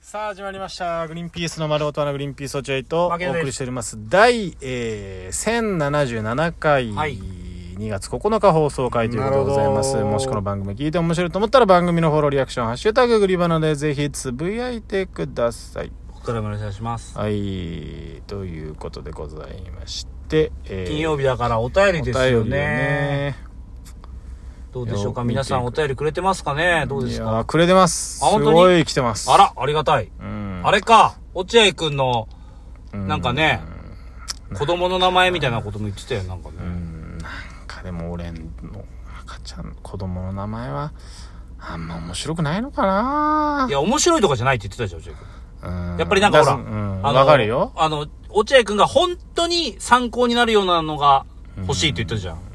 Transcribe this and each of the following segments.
さあ始まりましたグリーンピースの丸ごとなグリーンピース落合とお送りしております第、1077回、はい、2月9日放送回ということでございます。もしこの番組聞いて面白いと思ったら番組のフォローリアクションハッシュタググリバナでぜひつぶやいてください。 ここからもお願いします。 はい、ということでございまして、 金曜日だからお便りですよね。どうでしょうか、皆さんお便りくれてますかね。どうですか。 いやくれてます。 すごい来てます。 あら、ありがたい。あれか、落合くんのなんかね、子供の名前みたいなことも言ってたよ。なんかね、 なんかでも俺の赤ちゃん子供の名前はあんま面白くないのかな。 いや面白いとかじゃないって言ってたじゃん落合くん。やっぱりなんかほら、 わかるよ。 落合くんが本当に参考になるようなのが欲しいって言ってたじゃん。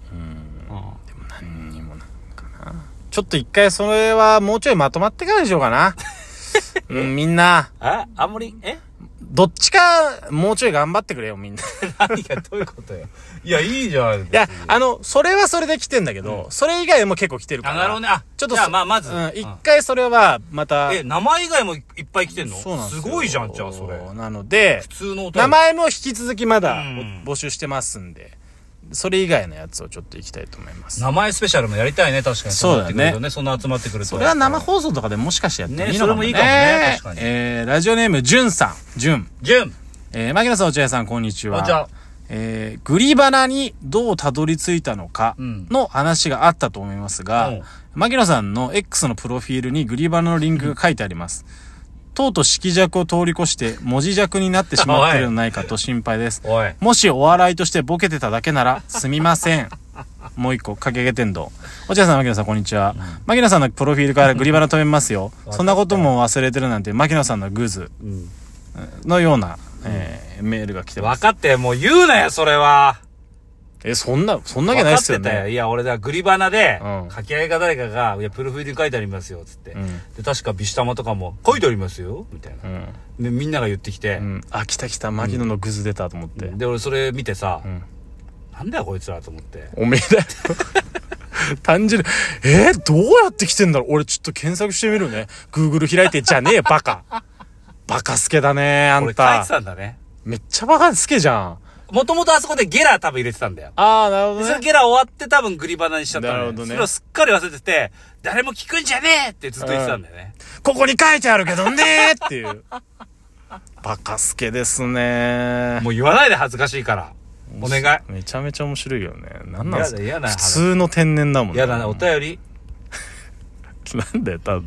ちょっと一回それはもうちょいまとまってからでしょうかな。みんな。 あんまり、 どっちか、もうちょい頑張ってくれよ、みんな。 何がどういうことよ。いや、いいじゃん。いや、それはそれで来てんだけど、それ以外も結構来てるから。 なるほどね。 ちょっとじゃあまず。 一回それは、また。 名前以外もいっぱい来てんの？ そうなんですよ。 すごいじゃん、じゃあ、それ。 なので、 普通の名前も引き続きまだ募集してますんで。それ以外のやつをちょっといきたいと思います。 名前スペシャルもやりたいね、確かに。 そうだね。 そんな集まってくると。 それは生放送とかでもしかしてやってもいいのかもね。 それもいいかもね、確かに。 ラジオネーム、じゅんさん。じゅん。牧野さん、落合さん、こんにちは。 こんにちは。 グリバナにどうたどり着いたのかの話があったと思いますが、牧野さんの X のプロフィールにグリバナのリンクが書いてあります。とうとう色弱を通り越して文字弱になってしまっているのではないかと心配です。もしお笑いとしてボケてただけならすみません。もう一個、かけげ天道。落合さん、牧野さん、こんにちは。牧野さんのプロフィールからグリバナ止めますよ。そんなことも忘れてるなんて、牧野さんのグズのような、メールが来てます。 分かって、もう言うなよ、それは。 そんなわけないっすよね。 分かってたよ。いや、俺だ、グリバナで、書き合いが誰かが、いや、プロフィールに書いてありますよ、つって。で、確かビシュタマとかも、書いてありますよ、みたいな。で、みんなが言ってきて、 来た、牧野のグズ出たと思って。 で、俺それ見てさ、なんだよ、こいつらと思って。 おめえだよ。単純に、どうやって来てんだろう。俺ちょっと検索してみるね。Google 開いて、じゃねえ、バカ。バカスケだね、あんた。 俺書いてたんだね。 めっちゃバカスケじゃん。 もともとあそこでゲラ多分入れてたんだよ。 なるほどね。 それゲラ終わって多分グリバナにしちゃったんだよ。 なるほどね。 それをすっかり忘れてて、誰も聞くんじゃねえってずっと言ってたんだよね。 ここに書いてあるけどねーっていう。バカスケですね。 もう言わないで恥ずかしいから。お願い。 めちゃめちゃ面白いよね。なんなんすか。 嫌な普通の天然だもんね。 嫌だな、お便り。 なんだよ、多分。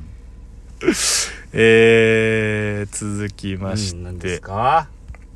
続きまして。 何ですか？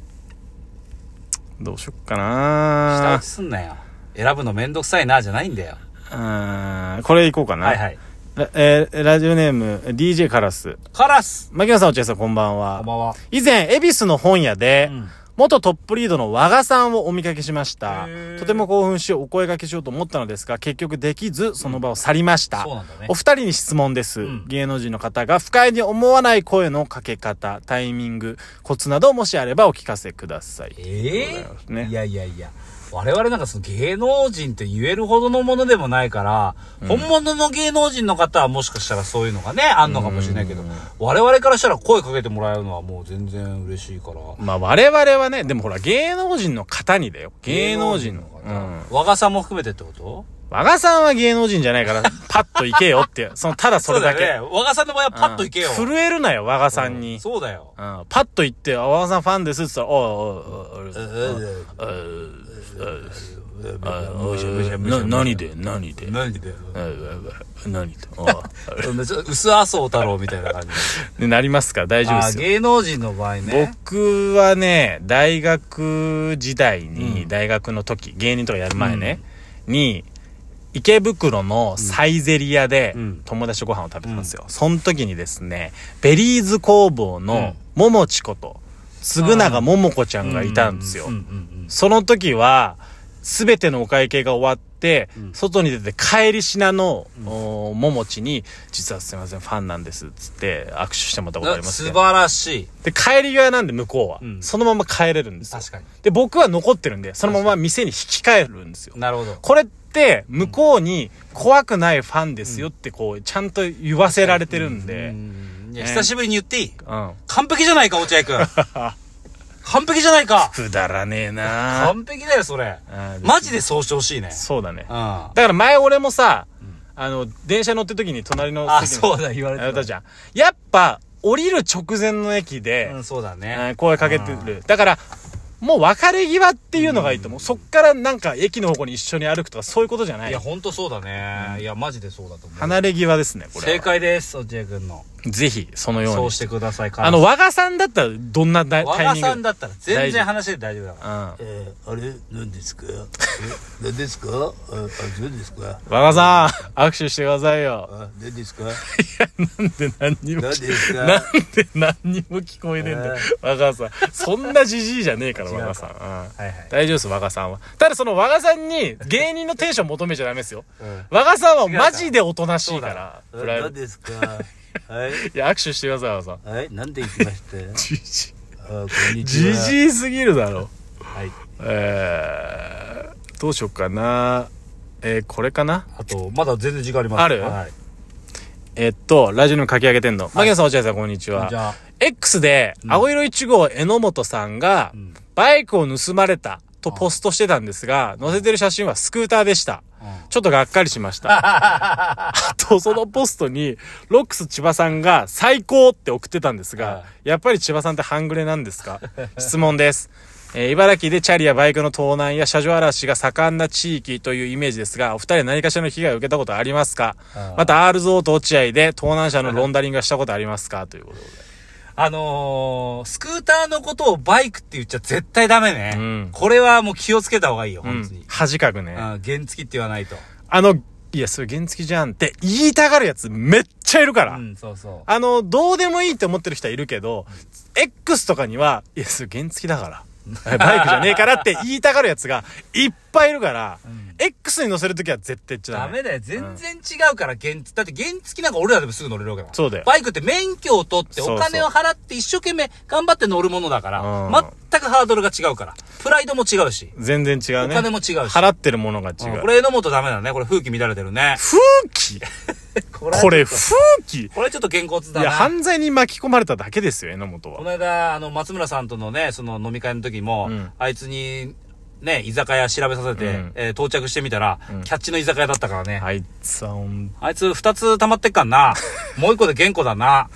どうしよっかな。 下打ちすんなよ。選ぶのめんどくさいな、じゃないんだよ。 これいこうかな。 はいはい。 ラジオネーム、DJ カラス。牧野さん、落合さん、こんばんは。 こんばんは。 以前、恵比寿の本屋で、元トップリードの和賀さんをお見かけしました。とても興奮しお声掛けしようと思ったのですが、結局できず、その場を去りました。 そうなんだね。 お二人に質問です。芸能人の方が不快に思わない声のかけ方、タイミング、コツなどもしあればお聞かせください。 いや。我々なんかその芸能人って言えるほどのものでもないから、本物の芸能人の方はもしかしたらそういうのがね、あんのかもしれないけど、我々からしたら声かけてもらえるのはもう全然嬉しいから。 まあ我々はね、でもほら芸能人の方にだよ。芸能人の方。 和賀さんも含めてってこと？ 和賀さんは芸能人じゃないから、パッと行けよって。ただそれだけ。 そうだよね。和賀さんの場合はパッと行けよ。 震えるなよ、和賀さんに。 そうだよ。 パッと行って、和賀さんファンですって言ったら、何で薄麻生太郎みたいな感じでなりますから大丈夫ですよ。 芸能人の場合ね。 僕はね、大学時代に、大学の時、芸人とかやる前ね、に、池袋のサイゼリヤで友達とご飯を食べてたんですよ。その時にですね、ベリーズ工房のももちこと、嗣永ももこちゃんがいたんですよ。その時は、すべてのお会計が終わって、外に出て帰り品の、ももちに、実はすいません、ファンなんです、つって握手してもらったことありますね。 素晴らしい。 で、帰り際なんで向こうは、そのまま帰れるんですよ。 確かに。 で、僕は残ってるんで、そのまま店に引き帰るんですよ。 なるほど。 これって、向こうに怖くないファンですよって、こう、ちゃんと言わせられてるんで、 久しぶりに言っていい？ うん。 完璧じゃないか、落合くん。完璧じゃないか。 くだらねえな。 完璧だよ、それ。マジでそうしてほしいね。 そうだね。 うん。だから前俺もさ、電車乗ってる時に隣の席に。 そうだ、言われてたじゃん。やっぱ、降りる直前の駅で、 そうだね。 声かけてる。だから、もう別れ際っていうのがいいと思う。そっからなんか駅の方向に一緒に歩くとかそういうことじゃない。 いや、ほんとそうだね。いや、マジでそうだと思う。 離れ際ですね、これ。 正解です、落合くんの。 ぜひ、そのように。 そうしてください。 和賀さんだったらどんなタイミング？ 和賀さんだったら全然話で大丈夫だから。 あれ何ですか？何ですか？そうですか？ 和賀さん、握手してくださいよ。 何ですか？いや、なんで何にも聞こえねえんだよ、和賀さん。そんなじじいじゃねえから、和賀さん。大丈夫です、和賀さんは。ただその和賀さんに芸人のテンション求めちゃダメですよ。和賀さんはマジでおとなしいから。 何ですか？はい。 いや、握手してください、和賀さん。 はい。なんで行きましたじじい。 こんにちは。 じじいすぎるだろ。 はい。 どうしよっかな。これかな。 あと、まだ全然時間あります。 ある？はい。ラジオにも書き上げてんの。牧野さん、落合さん、こんにちは。じゃあ、X で、青色1号榎本さんが、バイクを盗まれたとポストしてたんですが、載せてる写真はスクーターでした。ちょっとがっかりしました。あと、そのポストに、ロックス千葉さんが最高って送ってたんですが、やっぱり千葉さんって半グレなんですか？質問です。茨城でチャリやバイクの盗難や車上荒らしが盛んな地域というイメージですが、お二人は何かしらの被害を受けたことありますか？また、アールゾーと落合で盗難車のロンダリングがしたことありますか？ということで。 スクーターのことをバイクって言っちゃ絶対ダメね。これはもう気をつけた方がいいよ、本当に。 恥かくね。 原付って言わないと。 いや、それ原付じゃんって言いたがるやつめっちゃいるから。 そうそう。 どうでもいいって思ってる人はいるけど、X とかには、いや、それ原付だから。バイクじゃねえからって言いたがるやつがいっぱいいるから、X に乗せるときは絶対言っちゃダメ。 ダメだよ。全然違うから、だって原付なんか俺らでもすぐ乗れるわけだ。 そうだよ。 バイクって免許を取ってお金を払って一生懸命頑張って乗るものだから、全くハードルが違うから。プライドも違うし。 全然違うね。 お金も違うし。 払ってるものが違う。 これ榎本ダメだね。これ風紀乱れてるね。 風紀これ風紀これちょっとげんこつだな。 いや、犯罪に巻き込まれただけですよ、榎本は。 この間、松村さんとのね、その飲み会の時も、あいつに、ね、居酒屋調べさせて、到着してみたら、キャッチの居酒屋だったからね。 あいつはあいつ2つ溜まってっかんな。もう1個でげんこだな。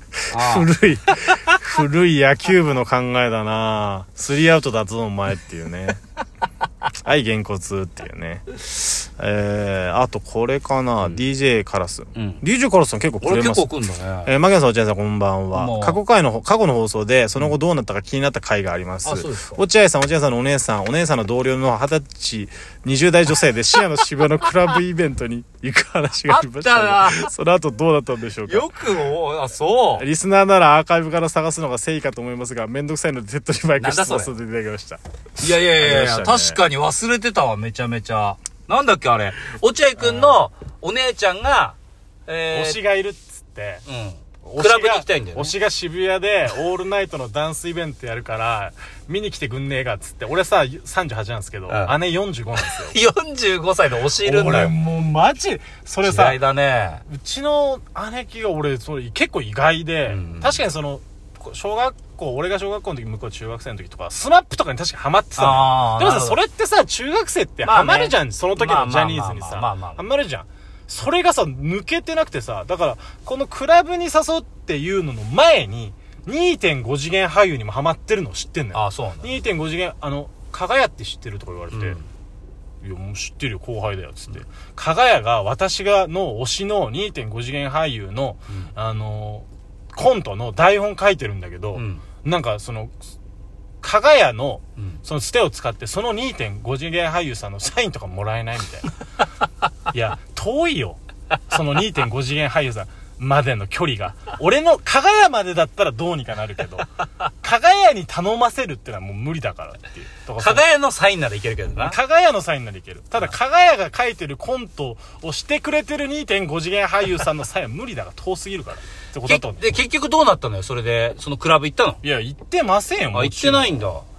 古い野球部の考えだな。3アウトだぞお前っていうね。はい、げんこつっていうね。あとこれかな、DJ カラス。DJ カラスさん結構くれます。 俺結構来んだね。 牧野さん、落合さん、こんばんは。過去の放送で、その後どうなったか気になった回があります。 あ、そうですか。 落合さんのお姉さんの同僚の20歳、20代女性で深夜の渋谷のクラブイベントに行く話がありました。 あったな。 その後どうだったんでしょうか。 そう。 リスナーならアーカイブから探すのが正義かと思いますが、めんどくさいので手っ取り早く質問させていただきました。 いや、確かに忘れてたわ、めちゃめちゃ。なんだっけあれ。落合くんのお姉ちゃんが、 推しがいるっつって、 クラブに行きたいんだよね。 推しが渋谷でオールナイトのダンスイベントやるから、見に来てくんねえかっつって、俺さ、38なんですけど、姉45なんですよ。45歳で推しいるんだよ。 俺もうマジ、それさ、 嫌いだね。 うちの姉貴が俺、それ結構意外で、確かにその、俺が小学校の時、向こう中学生の時とか、スマップとかに確かハマってたのよ。でもさ、それってさ、中学生ってハマるじゃん、その時のジャニーズにさ。ハマるじゃん。それがさ、抜けてなくてさ、だから、このクラブに誘っていうのの前に、2.5 次元俳優にもハマってるのを知ってんのよ。 そうなんだ。 2.5 次元、かがやって知ってるとか言われて、いや、もう知ってるよ、後輩だよ、つって。かがやが、私の推しの 2.5 次元俳優の、コントの台本書いてるんだけど、なんかその、かがやの、そのつてを使って、その 2.5 次元俳優さんのサインとかもらえないみたいな。いや、遠いよ。その 2.5 次元俳優さんまでの距離が。俺のかがやまでだったらどうにかなるけど、かがやに頼ませるってのはもう無理だからっていう。 かがやのサインならいけるけどな。 かがやのサインならいける。ただ、かがやが書いてるコントをしてくれてる 2.5 次元俳優さんのサインは無理だから、遠すぎるから。ってことだと思う。 で、結局どうなったのよ、それで。そのクラブ行ったの？ いや、行ってませんよ。 行ってないんだ。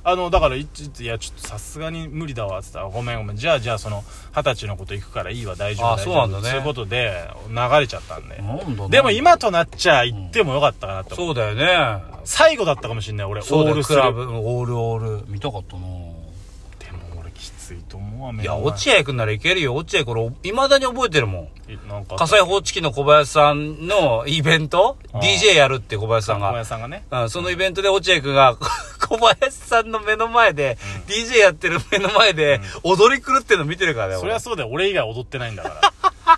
だから、いや、ちょっとさすがに無理だわ、つったら、ごめん。じゃあ、その、20歳のこと行くからいいわ、大丈夫、大丈夫。 そうなんだね。 そういうことで、流れちゃったんで。 なんだでも今となっちゃ行ってもよかったかなって思う。そうだよね。 最後だったかもしんない、俺。 そうだよ、オールクラブ、オール。見たかったな。 でも俺きついと思うわ、 いや、落合くんならいけるよ。落合これ、未だに覚えてるもん。 なんか火災報知器の小林さんのイベント ?DJ やるって小林さんが。 小林さんがね。 そのイベントで落合くんが、小林さんの目の前で、DJ やってる目の前で、踊り狂ってるの見てるからね、 そりゃそうだよ。俺以外踊ってないんだから。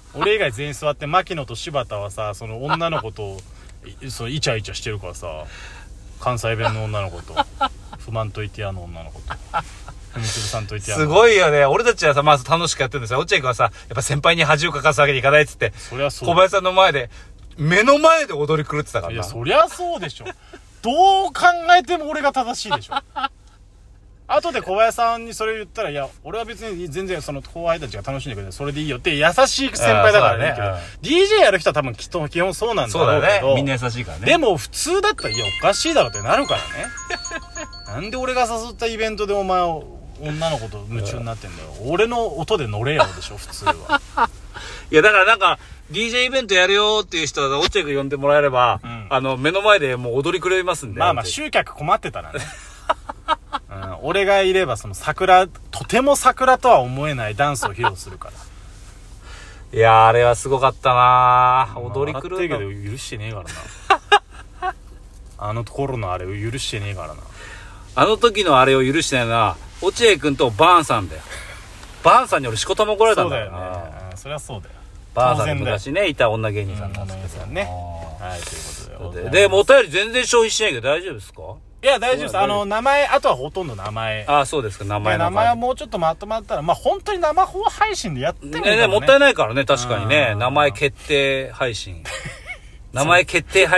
俺以外全員座って、牧野と柴田はさ、その女の子と、そのイチャイチャしてるからさ、関西弁の女の子と、不満といてやの女の子と。 すごいよね。俺たちはさ、まず楽しくやってるんですよ。落合くんはさ、やっぱ先輩に恥をかかすわけにいかないっつって、 そりゃそう小林さんの前で、目の前で踊り狂ってたからな。 いや、そりゃそうでしょ。どう考えても俺が正しいでしょ。後で小林さんにそれ言ったら、いや、俺は別に全然その後輩たちが楽しんでくれて、それでいいよって優しい先輩だからね。DJ やる人は多分基本そうなんだろうけど。そうだね。 みんな優しいからね。 でも普通だったら、いや、おかしいだろってなるからね。なんで俺が誘ったイベントでお前女の子と夢中になってんだよ。俺の音で乗れよでしょ、普通は。 いや、だからなんか、DJ イベントやるよっていう人は、落合くん呼んでもらえれば、目の前でもう踊り狂いますんで。 まあ集客困ってたらね。俺がいれば、そのとても桜とは思えないダンスを披露するから。 いやー、あれはすごかったなー。踊り狂うの。 笑ってるけど許してねえからな。あの頃のあれを許してねえからな。 あの時のあれを許してないのは、落合くんとバーンさんだよ。バーンさんに俺しこたま怒られたんだよな。 そうだよね。そりゃそうだよ。 バーンさんって昔ね、いた女芸人さんなんですけどね。はい、ということで。 で、もうお便り全然消費しないけど大丈夫ですか？ いや、大丈夫です。名前、あとはほとんど名前。 あ、そうですか、名前はもうちょっとまとまったら、まあ、本当に生配信でやってもいいね。もったいないからね、確かにね。名前決定配信。名前決定配信。